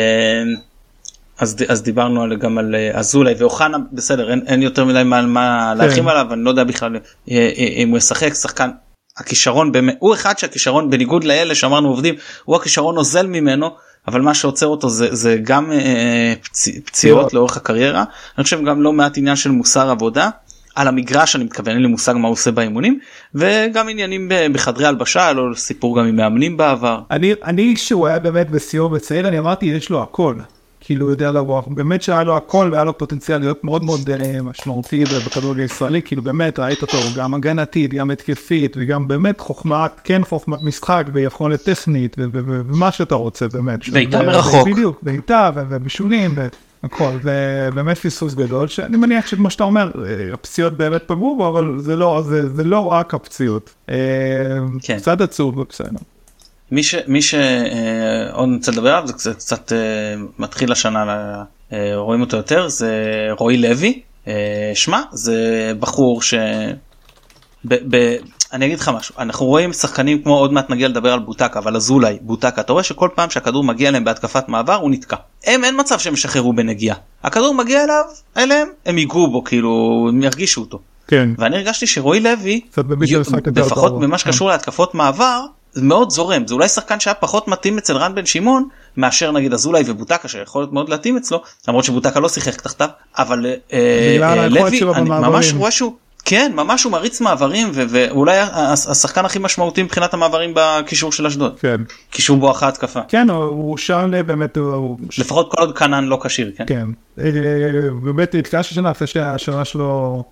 אז דיברנו גם על אזולאי ואוחנה, בסדר, אין יותר מדי מה להרחיב עליו, אני לא יודע בכלל אם הוא ישחק, שחקן, הכישרון, הוא אחד שהכישרון, בניגוד לאלה שאמרנו עובדים, הוא הכישרון נוזל ממנו, אבל מה שעוצר אותו זה גם פציעות לאורך הקריירה, אני חושב גם לא מעט עניין של מוסר עבודה, על המגרש אני מתכוון, אין לי מושג מה הוא עושה באימונים, וגם עניינים בחדרי הלבשה, לא סיפור גם עם מאמנים בעבר. אני שהוא היה באמת בסיור בצעיר, אני אמרתי יש לו הכל, כאילו יודע לבוא, באמת שהיה לו הכל והיה לו פוטנציאל להיות מאוד מאוד משמעותי בכדורגל הישראלי, כאילו באמת ראית אותו גם הגנתית, גם התקפית, וגם באמת חוכמת משחק ויכולת טכנית, ומה שאתה רוצה באמת. ואיתה מרחוק. בדיוק, ואיתה ובישולים הכל, ובאמת פיסוס גדול, שאני מניח שמה שאתה אומר, הפציעות באמת פגעו בו, אבל זה לא רק הפציעות. קצת עצוב, בסדר. מי שעוד נצא לדבר עליו, זה קצת מתחיל השנה, רואים אותו יותר, זה רועי לוי. שמה, זה בחור אני אגיד לך משהו, אנחנו רואים שחקנים כמו, עוד מעט נגיע לדבר על בוטקה, אבל אזולאי, בוטקה, אתה רואה שכל פעם שהכדור מגיע אליהם בהתקפת מעבר הוא נתקע. אין מצב שהם ישחררו בנגיעה. הכדור מגיע אליהם, הם ייגעו בו, כאילו, הם ירגישו אותו. כן. ואני הרגשתי שרועי לוי, לפחות במה שקשור להתקפות מעבר, זה מאוד זורם. זה אולי שחקן שהיה פחות מתאים אצל רן בן שמעון, מאשר נגיד אזולאי ובוטקה, שיכול להיות מאוד להתאים אצלו, למרות שבוטקה לא שיחק תחתיו, אבל לוי, אני ממש רואה שהוא, כן, ממש הוא מריץ מעברים, ואולי השחקן הכי משמעותי מבחינת המעברים בקישור של אשדוד. כן. קישור בואכה התקפה. כן, הוא שאל באמת, לפחות כל עוד קנן לא קשיר, כן? כן. באמת, התקעה שנה, אחרי שהשנה שלו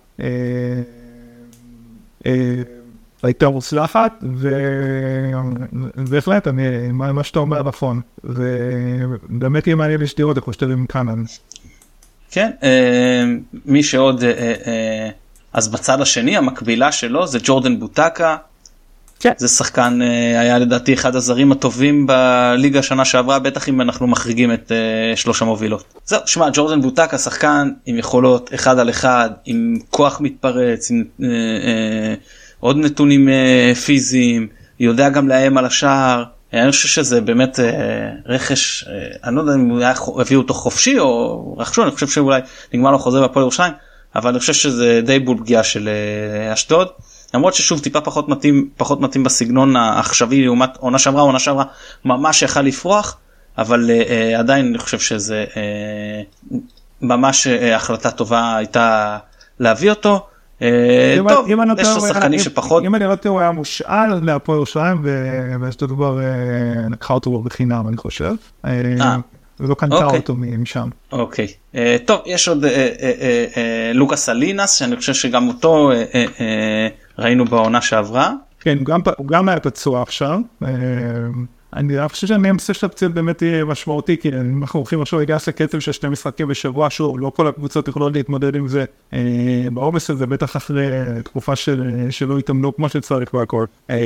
הייתה מוצלחת, ובהחלט, מה שאתה אומר נכון, ובאמת יהיה מעניין לשתירות, איך הוא שתרים עם קנן. כן, מי שעוד... אז בצד השני, המקבילה שלו זה ג'ורדן בוטקה, כן. זה שחקן, היה לדעתי אחד הזרים הטובים בליגה השנה שעברה, בטח אם אנחנו מחריגים את שלוש המובילות. זהו, שמע, ג'ורדן בוטקה, שחקן עם יכולות אחד על אחד, עם כוח מתפרץ, עם עוד נתונים פיזיים, יודע גם לאיים על השער, אני חושב שזה באמת רכש, אני לא יודע אם הוא הביאו אותו חופשי או רכשו, אני חושב שאולי נגמר לו חוזה בהפועל ירושלים, אבל אני חושב שזה די בול פגיעה של אשדוד, למרות ששוב טיפה פחות מתאים בסגנון העכשווי לעומת עונה שעברה ממש יכל לפרוח, אבל עדיין אני חושב שזה ממש החלטה טובה הייתה להביא אותו. טוב, יש לו שחקנים שפחות. אם אני לא טועה, הוא היה מושאל להפועל ירושלים, ואשדוד כבר לקחה אותו בחינם, אני חושב. ולא קנתה אותו משם. אוקיי. טוב, יש עוד לוקאס אלינס, שאני חושב שגם אותו ראינו בעונה שעברה. כן, הוא גם היה פצוע עכשיו. אני חושב שהנושא של הפציעות באמת יהיה משמעותי, כי אנחנו הולכים עכשיו לגייס לקצב של 2 משחקים בשבוע, שוב, לא כל הקבוצות יכולות להתמודד עם זה בעומס הזה, בטח אחרי תקופה שלא יתאמנו כמו שצריך והכל.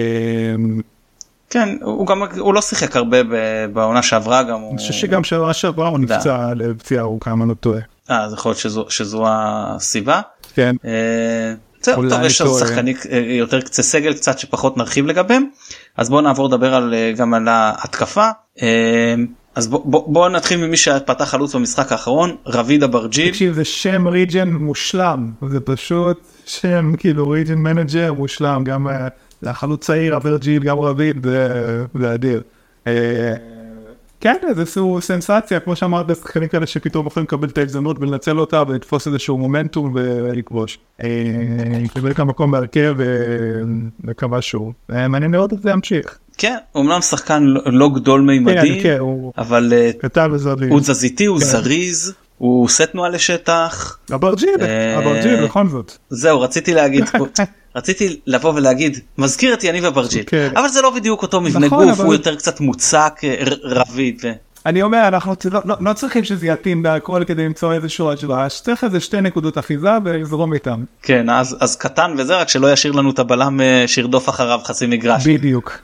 כן, הוא לא שיחק הרבה בעונה שעברה גם. אני חושב שגם שעברה שעברה הוא נפצע לפציעה ארוכה, אני לא טועה. אז יכול להיות שזו הסיבה. כן. טוב, יש עוד שחקנים יותר קצה סגל קצת שפחות נרחיב לגביהם, אז בואו נעבור לדבר גם על ההתקפה. אז בואו נתחיל ממי שפתח חלוץ במשחק האחרון, רביד אברג'יל. תקשיב, זה שם ריג'ן מושלם, זה פשוט שם כאילו ריג'ן מנג'ר מושלם, גם החלוץ צעיר אברג'יל, גם רביד, זה אדיר. כן, זה איזשהו סנסציה, כמו שאמרת, שחקנים כאלה שפתאום יכולים לקבל את ההזדמנות ולנצל אותה ולתפוס איזשהו מומנטום ולכבוש. קיבל כאן מקום בהרכב וכמה שהוא. מעניין לראות את זה ימשיך. כן, אומנם שחקן לא גדול מימדים, אבל הוא תזזיתי, הוא זריז, הוא עושה תנועה לשטח. אברג'יל, נכון זאת. זהו, רציתי לבוא ולהגיד, מזכיר את יניב אברג'יל, אבל זה לא בדיוק אותו מבנה גוף, הוא יותר קצת מוצק, רביד. אני אומר, אנחנו לא צריכים שזה יתאים בהכל כדי למצוא איזשהו השוואה, שצריך איזה 2 נקודות אחיזה ולזרום איתם. כן, אז קטן וזה, רק שלא ישאיר לנו את הבלם שירדוף אחריו חצי מגרש. בדיוק.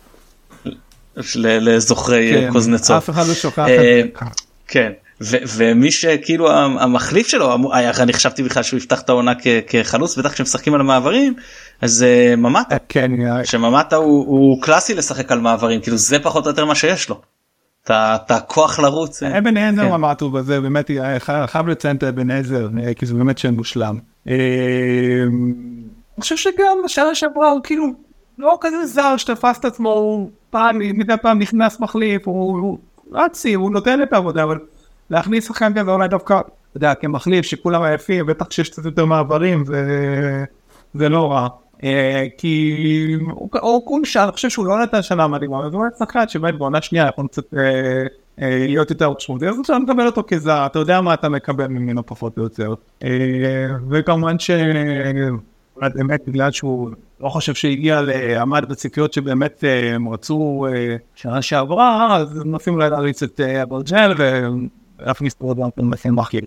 לזוכרי קוזנצוב. אף אחד לא שוכח את זה. כן. ומי שכאילו המחליף שלו, אני חשבתי בכלל שהוא יפתח את העונה כחלוץ, בטח כשמשחקים על המעברים, אז ממטה, שממטה הוא קלאסי לשחק על מעברים, כאילו זה פחות או יותר מה שיש לו, את הכוח לרוץ. אבן עזר ממטה בזה, באמת חייב לציין את אבן עזר, כי זה באמת שאין מושלם. אני חושב שגם בשנה שעברה הוא כאילו לא כזה זר שתפס את עצמו, מדי פעם נכנס מחליף, הוא רצי, הוא נותן את העבודה, אבל להכניס שחקן כזה אולי דווקא, אתה יודע, כמחליף שכולם היפים, בטח שיש קצת יותר מעברים, זה לא רע. כי הוא נשאר, אני חושב שהוא לא נתן שנה מדהימה, אבל זה אומר שחקן שבאמת בעונה שנייה יכול קצת להיות יותר משמעותי, אז אפשר לקבל אותו כזר, אתה יודע מה אתה מקבל ממנו פחות או יותר. וכמובן שבאמת בגלל שהוא לא חושב שהגיע לעמד בציפיות שבאמת הם רצו שנה שעברה, אז נופים להריץ את אברג'יל להכניס פה עוד פעם מחיר.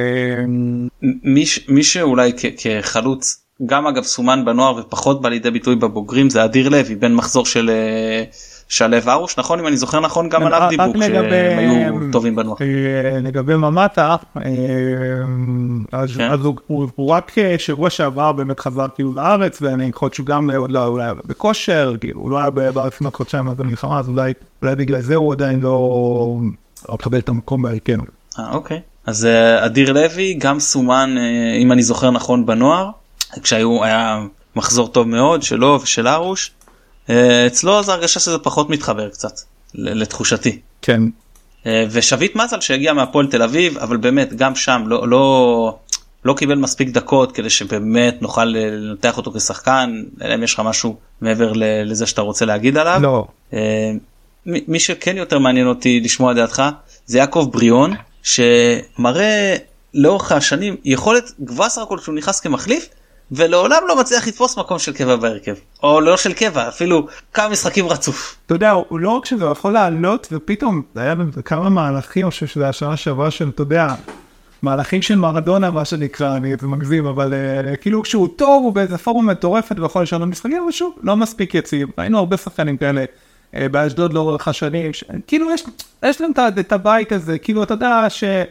מי שאולי כחלוץ, גם אגב סומן בנוער ופחות בא לידי ביטוי בבוגרים, זה אדיר לוי, בין מחזור שלב ארוש, נכון? אם אני זוכר נכון, גם עליו דיבוק שהם היו טובים בנוח. לגבי ממטה, אז הוא רק שבוע שעבר באמת חזר כאילו לארץ, ואני חושב שהוא גם אולי בכושר, הוא לא היה בארץ חודשיים עד המלחמה, אז אולי בגלל זה הוא עדיין לא מקבל את המקום בהרכב. אוקיי. אז אדיר לוי גם סומן, אם אני זוכר נכון, בנוער, כשהיה מחזור טוב מאוד שלו ושל ארוש, אצלו זה הרגשה שזה פחות מתחבר קצת, לתחושתי. כן. ושביט מזל שהגיע מהפועל תל אביב, אבל באמת גם שם לא קיבל מספיק דקות כדי שבאמת נוכל לנתח אותו כשחקן, אלא אם יש לך משהו מעבר לזה שאתה רוצה להגיד עליו. לא. מי שכן יותר מעניין אותי לשמוע דעתך, זה יעקב בריאון, שמראה לאורך השנים יכולת גבוהה סך הכל כשהוא נכנס כמחליף, ולעולם לא מצליח לתפוס מקום של קבע בהרכב, או לא של קבע, אפילו כמה משחקים רצוף. אתה יודע, הוא לא רק שזה יכול לעלות, ופתאום היה כמה מהלכים, אני חושב שזה השנה שעברה של, אתה יודע, מהלכים של מרדונה, מה שנקרא, אני מגזים, אבל כאילו כשהוא טוב, הוא באיזה פורום מטורפת, ויכול לשנות משחקים, אבל שוב, לא מספיק יציב. ראינו הרבה שחקנים כאלה, באשדוד לאורך השנים, כאילו יש להם את הבית הזה, כאילו אתה יודע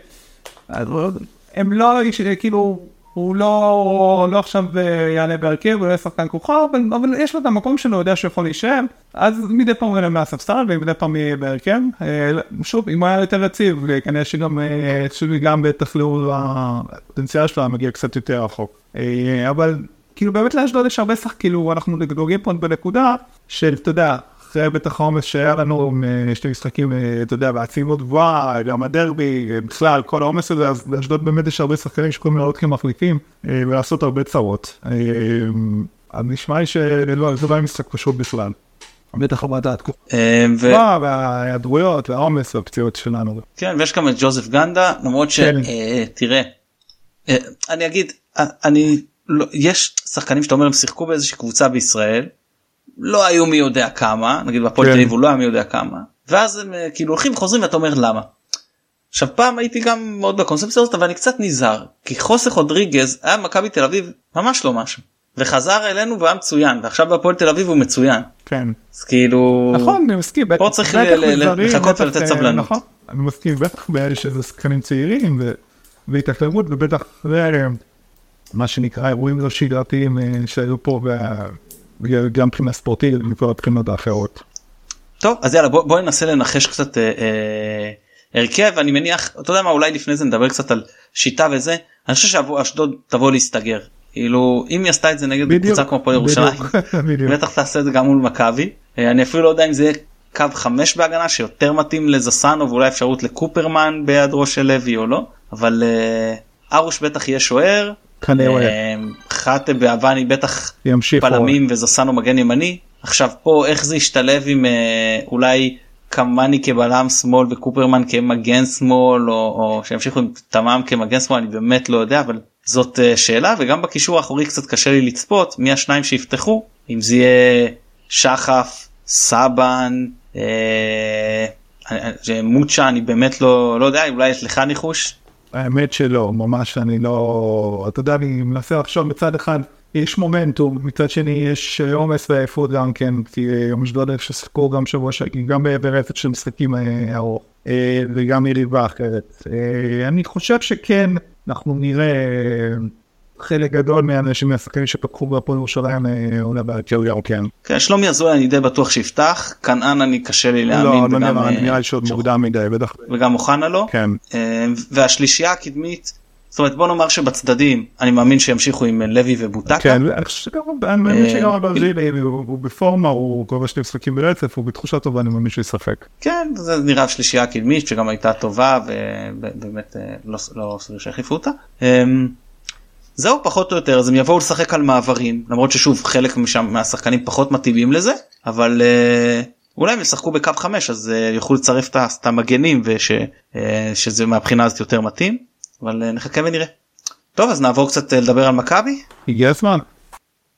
הם לא, כאילו, הוא לא עכשיו יעלה בהרכב, הוא לא שחקן כוכב, אבל יש לו את המקום שלו, יודע שיכול להישאר, אז מדי פעם הוא יעלה מהספסל, ומדי פעם יהיה בהרכב. שוב, אם הוא היה יותר יציב, כנראה שגם בטח לאור הפוטנציאל שלו, מגיע קצת יותר רחוק. אבל כאילו באמת לאשדוד יש הרבה שחק, כאילו אנחנו דוגים פה בנקודה של, אתה יודע, אחרי בטח העומס שהיה לנו שני משחקים, אתה יודע, בעצימות גבוהה, גם הדרבי, בכלל, כל העומס הזה, אז באשדוד באמת יש הרבה שחקנים שיכולים לעלות כמחליפים, ולעשות הרבה צרות. אז נשמע לי זה לא היה משחק פשוט בכלל. בטח לא מעט תקופה. וההיעדרויות, והעומס, והפציעות שלנו. כן, ויש גם את ג'וזף גנדה, למרות תראה, אני אגיד, יש שחקנים שאתה אומר, הם שיחקו באיזושהי קבוצה בישראל, לא היו מי יודע כמה, נגיד בפועל תל אביב הוא לא היה מי יודע כמה, ואז הם כאילו הולכים וחוזרים ואתה אומר למה. עכשיו פעם הייתי גם מאוד בקונספציה הזאת, אבל אני קצת נזהר, כי חוסך רודריגז היה מכבי תל אביב ממש לא משהו, וחזר אלינו והיה מצוין, ועכשיו בפועל תל אביב הוא מצוין. כן. אז כאילו... נכון, אני מסכים. פה צריך לחכות ולתת סבלנות. נכון, אני מסכים, בטח באלה שזה שחקנים צעירים, והתאקלמות, ובטח מה שנקרא אירועים לא שגרתיים שהיו פה, גם מבחינה ספורטית ומכל הבחינות האחרות. טוב, אז יאללה, בואי ננסה לנחש קצת הרכב, אני מניח, אתה יודע מה, אולי לפני זה נדבר קצת על שיטה וזה, אני חושב שאשדוד תבוא להסתגר, כאילו, אם היא עשתה את זה נגד קבוצה כמו הפועל ירושלים, בטח תעשה את זה גם מול מכבי, אני אפילו לא יודע אם זה יהיה קו 5 בהגנה, שיותר מתאים לזסנו, ואולי אפשרות לקופרמן בהיעדרו של לוי או לא, אבל ארוש בטח יהיה שוער, חטה באבני בטח פלמים וזסנו מגן ימני. עכשיו פה איך זה ישתלב עם אולי קמני כבלם שמאל וקופרמן כמגן שמאל, או שימשיכו עם תמם כמגן שמאל, אני באמת לא יודע, אבל זאת שאלה. וגם בקישור האחורי קצת קשה לי לצפות מי השניים שיפתחו, אם זה יהיה שחף, סבן, מוצ'ה, אני באמת לא יודע, אולי יש לך ניחוש? האמת שלא, ממש אני לא, אתה יודע, אני מנסה לחשוב בצד אחד, יש מומנטום, מצד שני יש עומס ועייפות גם כן, כי אשדוד ששיחקו גם שבוע גם ברצף של משחקים ארוך, וגם יריבה אחרת. אני חושב שכן, אנחנו נראה חלק גדול מהאנשים מהשחקנים שפתחו בהפועל ירושלים עולה בהרכב גם כן. כן, שלומי אזולאי אני די בטוח שיפתח, כנען אני קשה לי להאמין. לא, נראה לי שעוד מוקדם מדי, בטח. וגם אוחנה לא. כן. והשלישייה הקדמית, זאת אומרת בוא נאמר שבצדדים אני מאמין שימשיכו עם לוי ובוטקה. כן, אני מאמין שגם הברזילי הוא בפורמה, הוא קורא שני משחקים ברצף, הוא בתחושה טובה, אני מאמין שהוא ישחק. כן, זה נראה שלישייה הקדמית שגם הייתה טובה ובאמת לא סביר שהחליפו אותה. זהו פחות או יותר, אז הם יבואו לשחק על מעברים, למרות ששוב חלק מהשחקנים פחות מתאימים לזה, אבל אולי הם ישחקו בקו 5 אז יוכלו לצרף את המגנים ושזה מהבחינה הזאת יותר מתאים, אבל נחכה ונראה. טוב, אז נעבור קצת לדבר על מכבי. הגיע הזמן.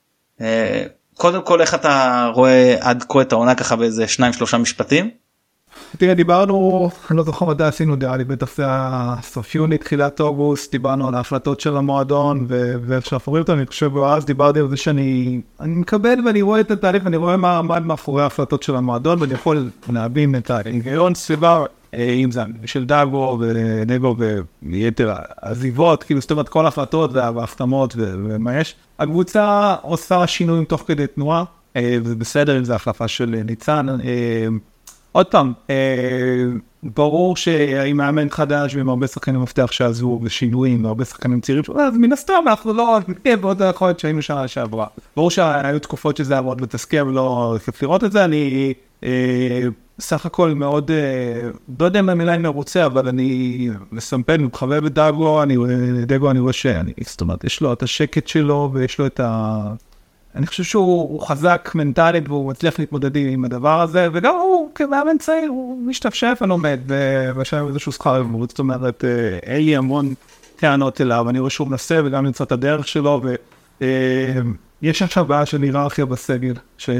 קודם כל איך אתה רואה עד כה את העונה ככה באיזה 2-3 משפטים? תראה, דיברנו, אני לא זוכר מתי עשינו דיאלי, בטח זה הסוף יוני, תחילת אוגוסט, דיברנו על ההחלטות של המועדון, ואנחנו רואים אותם, אני חושב, אז דיברתי על זה שאני מקבל ואני רואה את התהליך, אני רואה מה מאחורי ההחלטות של המועדון, ואני יכול להבין את ההיגיון סביבה, אם זה של דאגו ונגו ויתר העזיבות, כאילו זאת אומרת כל ההחלטות וההחתמות ומה יש. הקבוצה עושה שינויים תוך כדי תנועה, ובסדר אם זה החלפה של ניצן, עוד פעם, ברור שעם מאמן חדש ועם הרבה שחקנים מפתח שעזבו ושינויים והרבה שחקנים צעירים, אז מן הסתם אנחנו לא נתקב בעוד יכול להיות שהיינו שנה שעברה. ברור שהיו תקופות שזה היה מאוד מתסכל ולא כיף לראות את זה, אני סך הכל מאוד, לא יודע מה מילה אני מרוצה, אבל אני מסמפן, מחווה בדאגו, דאגו אני רואה זאת אומרת, יש לו את השקט שלו ויש לו את אני חושב שהוא חזק מנטלית והוא מצליח להתמודד עם הדבר הזה, וגם הוא כמאמן צעיר, הוא משתפשף ולומד, ושם איזשהו שכר לימוד, זאת אומרת, אין לי המון טענות אליו, אני רואה שהוא מנסה וגם נמצא את הדרך שלו, ויש עכשיו בעיה של היררכיה בסגל,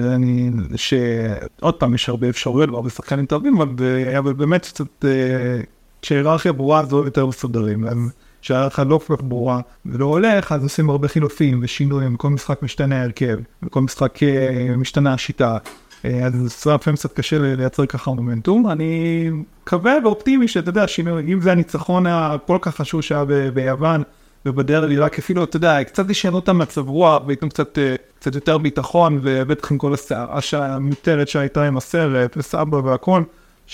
שעוד פעם יש הרבה אפשרויות והרבה שחקנים טובים, אבל באמת קצת, כשהיררכיה ברורה אז לא יותר מסודרים, שהערכה לא כל כך ברורה ולא הולך, אז עושים הרבה חילופים ושינויים, כל משחק משתנה הרכב, וכל משחק משתנה השיטה, אז לפעמים קצת קשה לייצר ככה מומנטום. אני מקווה ואופטימי שאתה יודע, אם זה הניצחון הכל כך חשוב שהיה ביוון, ובדרבי, רק אפילו, אתה יודע, קצת לשנות אותם מצב רוח, והייתם קצת יותר ביטחון, ובטח עם כל הסערה המותרת שהייתה עם הסרט, וסבא והכל,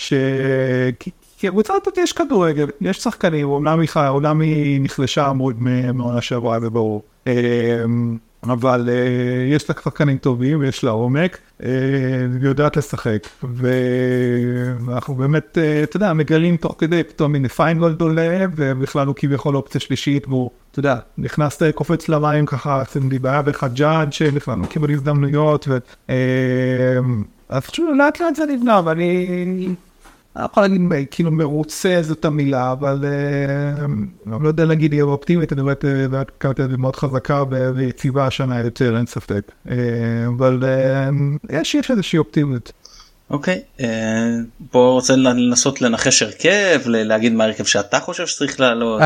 כי הקבוצה הזאת יש כדורגל, יש שחקנים, אומנם היא נחלשה מעונה שעברה, זה ברור. אבל יש לה שחקנים טובים, ויש לה עומק, ויודעת לשחק. ואנחנו באמת, אתה יודע, מגלים תוך כדי, פתאום הנה פיינגולד עולה, ובכלל הוא כביכול אופציה שלישית, והוא, אתה יודע, נכנס קופץ למים ככה, עשינו בעיה בחג'אד, שבכלל לא קיבל הזדמנויות, אז חשוב, לאט לאט זה נבנה, ואני יכול להגיד, כאילו מרוצה זאת המילה, אבל אני לא יודע להגיד, היא אופטימית, אני רואה את זה מאוד חזקה ויציבה השנה יותר, אין ספק. אבל יש איזושהי אופטימית. אוקיי, בוא רוצה לנסות לנחש הרכב, להגיד מה הרכב שאתה חושב שצריך לעלות.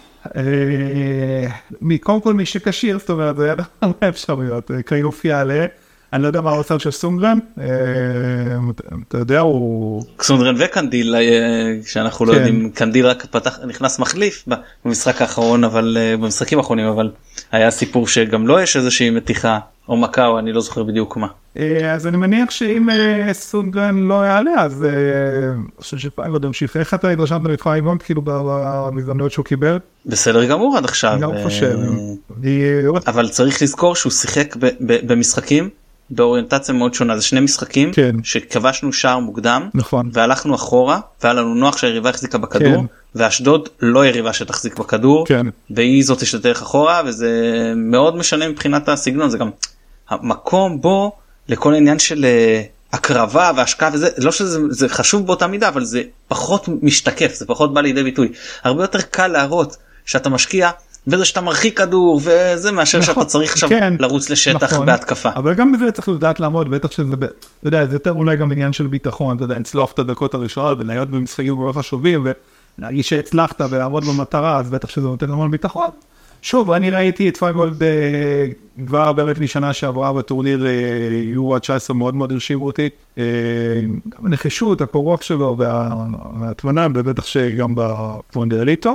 קודם כל מי שקשיר, זאת אומרת, זה היה הרבה אפשרויות, קריוף יעלה. אני לא יודע מה האוצר של סונגרן, אתה יודע, הוא... סונגרן וקנדיל, שאנחנו לא יודעים, קנדיל רק נכנס מחליף במשחק האחרון, אבל במשחקים האחרונים, אבל היה סיפור שגם לא יש איזושהי מתיחה, או מכה, או אני לא זוכר בדיוק מה. אז אני מניח שאם סונגרן לא יעלה, אז אני חושב שפעם עוד המשיך, איך אתה התרשמת לבחר אימון, כאילו במזדמנויות שהוא קיבל? בסדר גמור עד עכשיו. אני גם חושב. אבל צריך לזכור שהוא שיחק במשחקים, באוריינטציה מאוד שונה, זה שני משחקים שכבשנו שער מוקדם, והלכנו אחורה, והיה לנו נוח שהיריבה החזיקה בכדור, ואשדוד לא יריבה שתחזיק בכדור, והיא זאת שתלך אחורה, וזה מאוד משנה מבחינת הסגנון, זה גם המקום בו לכל העניין של הקרבה והשקעה, וזה לא שזה חשוב באותה מידה, אבל זה פחות משתקף, זה פחות בא לידי ביטוי. הרבה יותר קל להראות שאתה משקיע, וזה שאתה מרחיק כדור וזה מאשר שאתה צריך עכשיו לרוץ לשטח בהתקפה. אבל גם בזה צריך לדעת לעמוד, בטח שזה, אתה יודע, זה יותר אולי גם עניין של ביטחון, אתה יודע, לצלוח את הדקות הראשונות ולהיות במשחקים מאוד חשובים ולהגיד שהצלחת ולעמוד במטרה, אז בטח שזה נותן המון ביטחון. שוב, אני ראיתי את פיינגולד כבר באמת משנה שעברה בטורניר יורו 19 מאוד מאוד הרשימו אותי. גם הנחישות, הקורוח שלו והתמונה, בטח שגם בפונדליטו.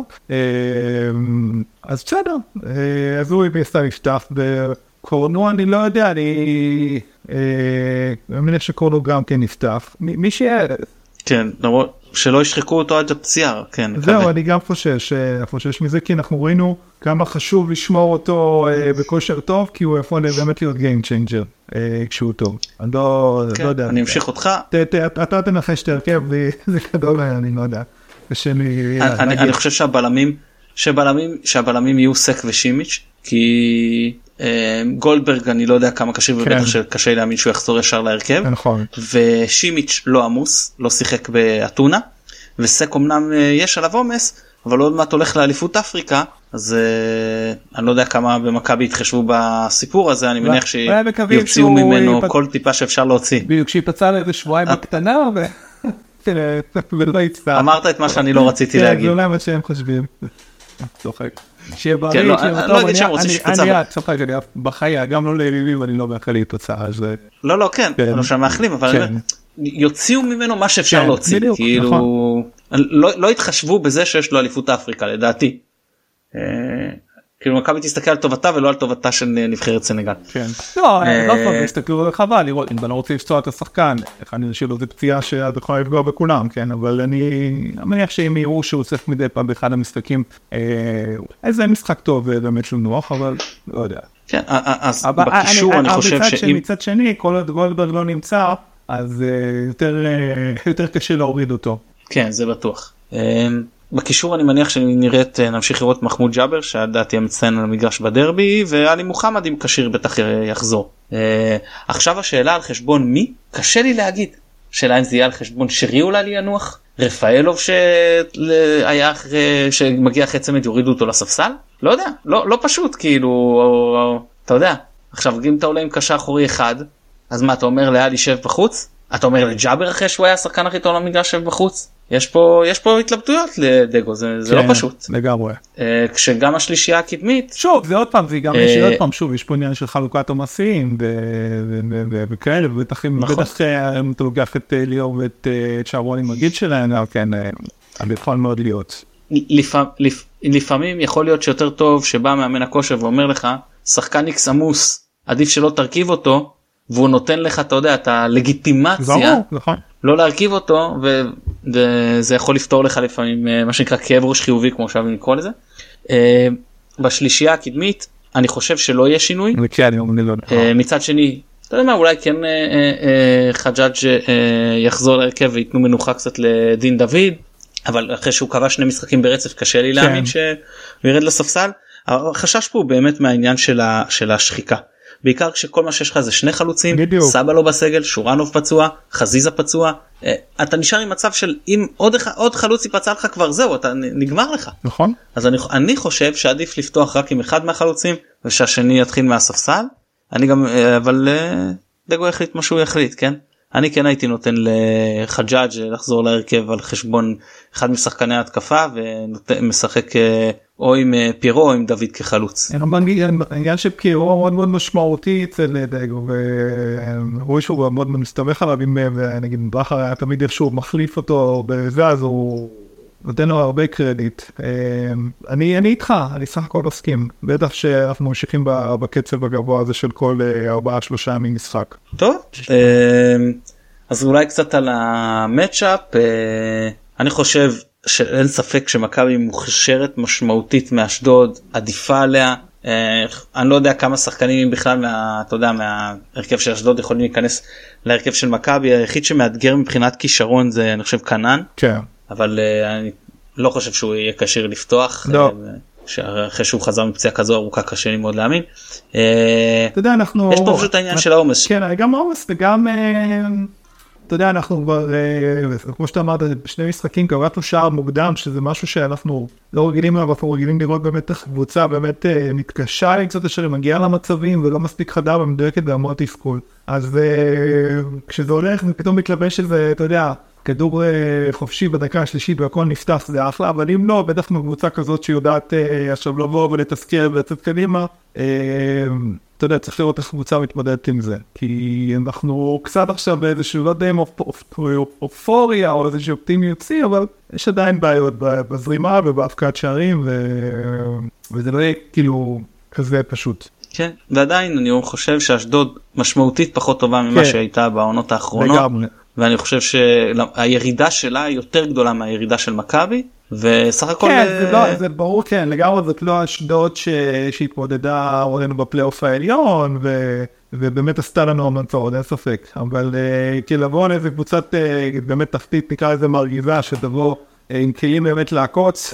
אז בסדר, אז הוא יפסה משטף בקורנו, אני לא יודע, אני מניח שקורנו גם כן נפתח. מי שיהיה... כן, למרות שלא ישחקו אותו עד הפציעה, כן. זהו, אני גם חושש מזה, כי אנחנו ראינו כמה חשוב לשמור אותו בכושר טוב, כי הוא יכול באמת להיות game changer כשהוא טוב. אני לא יודע. אני אמשיך אותך. אתה תנחש את הרכב, זה גדול, אני לא יודע. אני חושב שהבלמים יהיו סק ושימיץ', כי גולדברג אני לא יודע כמה קשיר, ובטח שקשה להאמין שהוא יחזור ישר להרכב, ושימיץ' לא עמוס, לא שיחק באתונה, וסק אמנם יש עליו עומס, אבל עוד מעט הולך לאליפות אפריקה, אז אני לא יודע כמה במכבי יתחשבו בסיפור הזה, אני מניח שיוציאו ממנו כל טיפה שאפשר להוציא. בדיוק, שיפצע לאיזה שבועיים בקטנה, ולא יצטער. אמרת את מה שאני לא רציתי להגיד. זה אולי מה שהם חושבים. צוחק. שיהיה בריא, שיהיה טוב. אני צוחק, אני בחיי, גם לא ליריבים, אני לא מאחל לי תוצאה. לא, כן, אני לא מאחלים, אבל יוציאו ממנו מה שאפשר להוציא. כאילו, לא התחשבו בזה שיש לו אליפות אפריקה, לדעתי. כאילו מכבי תסתכל על טובתה ולא על טובתה של נבחרת סנגל. כן. לא פעם, תסתכלו חבל לראות, אם אני רוצה לפצוע את השחקן, איך אני אשאיר לו את פציעה שאת יכולה לפגוע בכולם, כן, אבל אני מניח שהם יראו שהוא צריך מדי פעם באחד המשחקים, איזה משחק טוב באמת של נוח, אבל לא יודע. כן, אז בקישור אני חושב שאם... מצד שני, כל עוד גולדברג לא נמצא, אז יותר קשה להוריד אותו. כן, זה בטוח. בקישור אני מניח שנראית, נמשיך לראות מחמוד ג'אבר שהדעתי המצטיין על המגרש בדרבי, ואלי מוחמד אם כשיר בטח יחזור. עכשיו השאלה על חשבון מי? קשה לי להגיד. שאלה אם זה יהיה על חשבון שרי אולי לינוח? רפאלוב שהיה אחרי שמגיע אחרי צמד יורידו אותו לספסל? לא יודע, לא פשוט כאילו, אתה יודע. עכשיו אם אתה עולה עם קשה אחורי אחד, אז מה אתה אומר לאלי שב בחוץ? אתה אומר לג'אבר אחרי שהוא היה השחקן הכי טוב למגרש שב בחוץ? יש פה התלבטויות לדגו, זה לא פשוט. לגמרי. כשגם השלישייה הקדמית... שוב, זה עוד פעם, זה גם יש עוד פעם, שוב, יש פה עניין של חלוקת עומסים וכאלה, ובטח אם אתה לוקח את ליאור ואת שרון עם הגיד שלהם, כן, יכול מאוד להיות. לפעמים יכול להיות שיותר טוב שבא מאמן הכושר ואומר לך, שחקן איקס עמוס, עדיף שלא תרכיב אותו, והוא נותן לך, אתה יודע, את הלגיטימציה, לא להרכיב אותו, וזה יכול לפתור לך לפעמים, מה שנקרא כאב ראש חיובי, כמו שאוהבים לקרוא לזה. בשלישייה הקדמית, אני חושב שלא יהיה שינוי. מצד שני, אתה יודע מה, אולי כן חג'אג' יחזור להרכב ויתנו מנוחה קצת לדין דוד, אבל אחרי שהוא קבע 2 משחקים ברצף, קשה לי להאמין שהוא ירד לספסל. החשש פה הוא באמת מהעניין של השחיקה. בעיקר כשכל מה שיש לך זה 2 חלוצים, סבא לא בסגל, שורנוב פצוע, חזיזה פצוע, אתה נשאר עם מצב של אם עוד חלוץ יפצע לך כבר זהו, אתה נגמר לך. נכון. אז אני חושב שעדיף לפתוח רק עם אחד מהחלוצים, ושהשני יתחיל מהספסל, אני גם, אבל דגו יחליט מה שהוא יחליט, כן? אני כן הייתי נותן לחג'אג' לחזור להרכב על חשבון אחד משחקני ההתקפה, ומשחק או עם פירו או עם דוד כחלוץ. העניין שפירו מאוד מאוד משמעותי אצל דגו, והוא שהוא מאוד מסתמך עליו, אם נגיד בכר היה תמיד איכשהו מחליף אותו בזה, אז הוא נותן לו הרבה קרדיט. אני איתך, אני סך הכל עוסקים, בטח שאנחנו ממשיכים בקצב הגבוה הזה של כל 4-3 ימים משחק. טוב, אז אולי קצת על המאצ'אפ, אני חושב שאין ספק שמכבי מוכשרת משמעותית מאשדוד, עדיפה עליה, אני לא יודע כמה שחקנים בכלל אתה יודע, מהרכב של אשדוד יכולים להיכנס להרכב של מכבי, היחיד שמאתגר מבחינת כישרון זה אני חושב קנן, כן. אבל אני לא חושב שהוא יהיה כשיר לפתוח, לא. אחרי שהוא חזר מפציעה כזו ארוכה קשה לי מאוד להאמין. אתה יודע, אנחנו... יש פה פשוט העניין של העומס. כן, גם העומס וגם... אתה יודע, אנחנו כבר, כמו שאתה אמרת, 2 משחקים קראנו שער מוקדם, שזה משהו שאנחנו לא רגילים אליו, אנחנו רגילים לראות באמת איך קבוצה באמת מתקשה עם קצת אשר מגיעה למצבים, ולא מספיק חדה ומדויקת והמון תסכול. אז כשזה הולך ופתאום מתלבש שזה, אתה יודע, כדור חופשי בדקה השלישית והכל נפתח, זה אחלה, אבל אם לא, בטח מקבוצה כזאת שיודעת עכשיו לבוא ולתזכר ולצאת קדימה, אתה יודע, צריך לראות איך קבוצה מתמודדת עם זה, כי אנחנו קצת עכשיו באיזשהו, לא יודע אם אופוריה או איזשהו אופטימיות צי, אבל יש עדיין בעיות בזרימה ובהפקעת שערים, וזה לא יהיה כאילו כזה פשוט. כן, ועדיין אני חושב שאשדוד משמעותית פחות טובה ממה שהייתה בעונות האחרונות. לגמרי. ואני חושב שהירידה שלה היא יותר גדולה מהירידה של מכבי, וסך הכל... כן, זה ברור, כן, לגמרי זאת לא אשדוד שהתמודדה עלינו בפלייאוף העליון, ובאמת עשתה לנו המנצרות, אין ספק, אבל לבוא על איזה קבוצת באמת תחתית, נקרא איזה מרגיזה, שתבוא עם כלים באמת לעקוץ,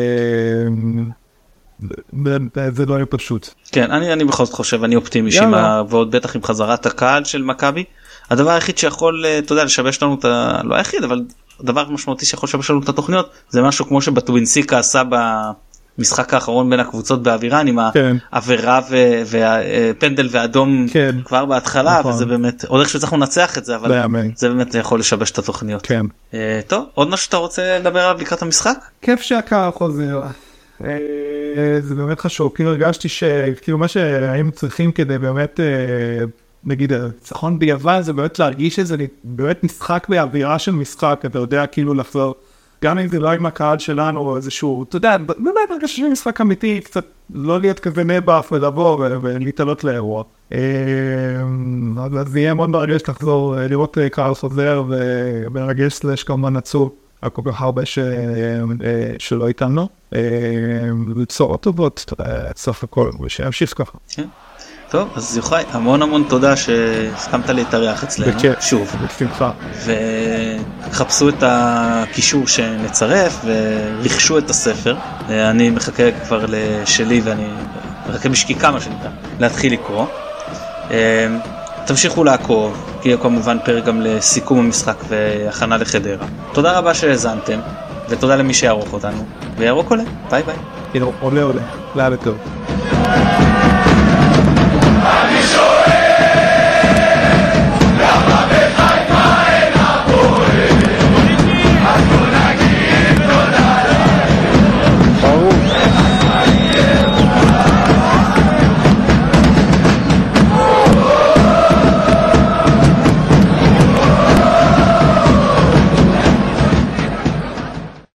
זה לא יהיה פשוט. כן, אני בכל זאת חושב, אני אופטימי, ועוד בטח עם חזרת הקהל של מכבי, הדבר היחיד שיכול, אתה יודע, לשבש לנו לא היחיד, אבל הדבר משמעותי שיכול לשבש לנו את התוכניות, זה משהו כמו שבטווינסיקה עשה המשחק האחרון בין הקבוצות באווירן עם כן. העבירה והפנדל ואדום כן. כבר בהתחלה, נכון. וזה באמת, עוד איך שצריכנו לנצח את זה, אבל באמת. זה באמת יכול לשבש את התוכניות. כן. טוב, עוד משהו שאתה רוצה לדבר עליו לקראת המשחק? כיף שהקהל חוזר. זה באמת חשוב, כאילו הרגשתי שכאילו מה שהיינו צריכים כדי באמת, נגיד, ניצחון ביוון זה באמת להרגיש שזה באמת משחק באווירה של משחק, אתה יודע, כאילו לחזור, גם אם זה לא עם הקהל שלנו או איזשהו, אתה יודע, באמת הרגשתי שזה משחק אמיתי, קצת לא להיות כזה נבח ולבוא ולהתעלות לאירוע. אז זה יהיה מאוד מרגש לחזור, לראות קהל חוזר ומרגש סלש כמובן עצוב. כל כך הרבה שלא איתנו, בצורות טובות, סוף הכל, ושימשיך ככה. טוב, אז יוחאי, המון תודה שהסכמת להתארח אצלנו, שוב. בשמחה. וחפשו את הקישור שנצרף, ורכשו את הספר. אני מחכה כבר לשלי, ואני מחכה משקיקה מה שנקרא, להתחיל לקרוא. תמשיכו לעקוב, כי יהיה כמובן פרק גם לסיכום המשחק והכנה לחדרה. תודה רבה שהאזנתם, ותודה למי שיערוך אותנו, וירוק עולה, ביי ביי. עולה, לילה טוב.